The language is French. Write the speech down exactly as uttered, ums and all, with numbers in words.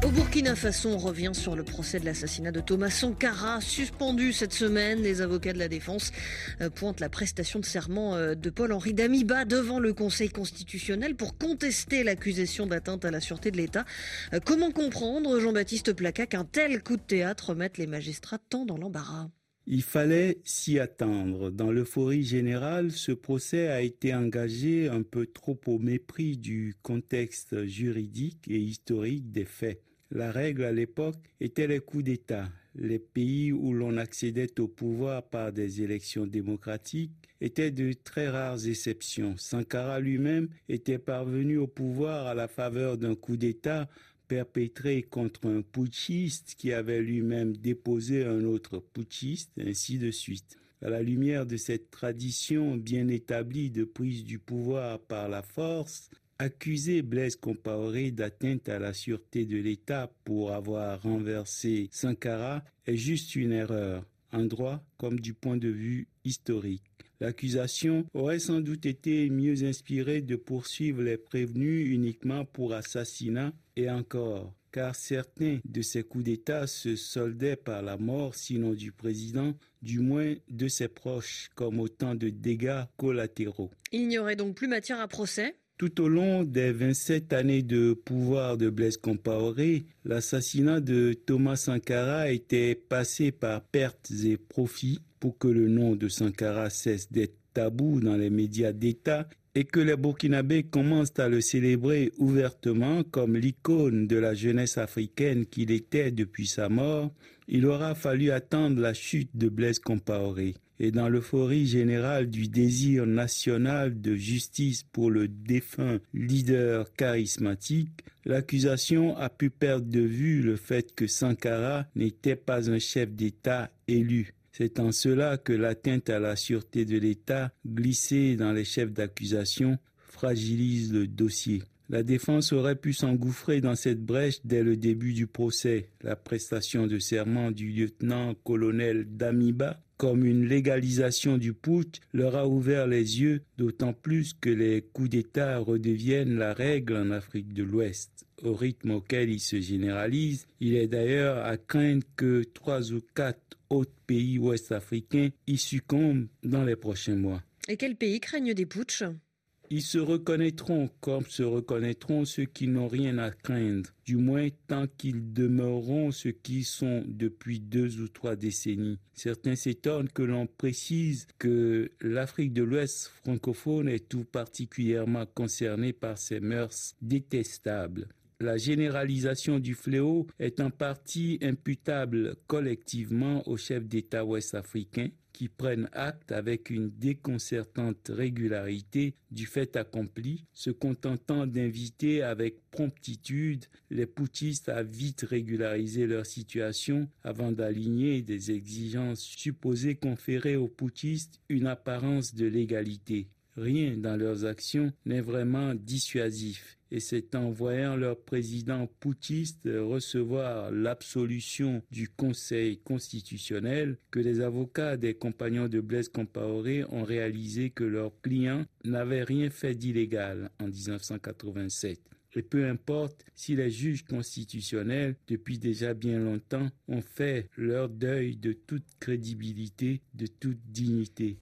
Au Burkina Faso, on revient sur le procès de l'assassinat de Thomas Sankara, suspendu cette semaine. Les avocats de la défense pointent la prestation de serment de Paul-Henri Damiba devant le Conseil constitutionnel pour contester l'accusation d'atteinte à la sûreté de l'État. Comment comprendre, Jean-Baptiste Placa, qu'un tel coup de théâtre mette les magistrats tant dans l'embarras ? Il fallait s'y attendre. Dans l'euphorie générale, ce procès a été engagé un peu trop au mépris du contexte juridique et historique des faits. La règle à l'époque était les coups d'État. Les pays où l'on accédait au pouvoir par des élections démocratiques étaient de très rares exceptions. Sankara lui-même était parvenu au pouvoir à la faveur d'un coup d'État perpétré contre un putschiste qui avait lui-même déposé un autre putschiste, ainsi de suite. À la lumière de cette tradition bien établie de prise du pouvoir par la force, accuser Blaise Compaoré d'atteinte à la sûreté de l'État pour avoir renversé Sankara est juste une erreur, en droit comme du point de vue historique. L'accusation aurait sans doute été mieux inspirée de poursuivre les prévenus uniquement pour assassinat et encore, car certains de ces coups d'État se soldaient par la mort, sinon du président, du moins de ses proches, comme autant de dégâts collatéraux. Il n'y aurait donc plus matière à procès ? Tout au long des vingt-sept années de pouvoir de Blaise Compaoré, l'assassinat de Thomas Sankara était passé par pertes et profits pour que le nom de Sankara cesse d'être tabou dans les médias d'État et que les Burkinabés commencent à le célébrer ouvertement comme l'icône de la jeunesse africaine qu'il était depuis sa mort. Il aura fallu attendre la chute de Blaise Compaoré. Et dans l'euphorie générale du désir national de justice pour le défunt leader charismatique, l'accusation a pu perdre de vue le fait que Sankara n'était pas un chef d'État élu. C'est en cela que l'atteinte à la sûreté de l'État glissée dans les chefs d'accusation fragilise le dossier. La défense aurait pu s'engouffrer dans cette brèche dès le début du procès. La prestation de serment du lieutenant-colonel Damiba comme une légalisation du putsch leur a ouvert les yeux, d'autant plus que les coups d'État redeviennent la règle en Afrique de l'Ouest. Au rythme auquel ils se généralisent, il est d'ailleurs à craindre que trois ou quatre autres pays ouest-africains y succombent dans les prochains mois. Et quels pays craignent des putschs ? Ils se reconnaîtront comme se reconnaîtront ceux qui n'ont rien à craindre, du moins tant qu'ils demeureront ceux qui sont depuis deux ou trois décennies. Certains s'étonnent que l'on précise que l'Afrique de l'Ouest francophone est tout particulièrement concernée par ces mœurs détestables. La généralisation du fléau est en partie imputable collectivement aux chefs d'État ouest-africains qui prennent acte avec une déconcertante régularité du fait accompli, se contentant d'inviter avec promptitude les putschistes à vite régulariser leur situation avant d'aligner des exigences supposées conférer aux putschistes une apparence de légalité. Rien dans leurs actions n'est vraiment dissuasif. Et c'est en voyant leur président putschiste recevoir l'absolution du Conseil constitutionnel que les avocats des compagnons de Blaise Compaoré ont réalisé que leur client n'avait rien fait d'illégal en dix-neuf cent quatre-vingt-sept. Et peu importe si les juges constitutionnels, depuis déjà bien longtemps, ont fait leur deuil de toute crédibilité, de toute dignité.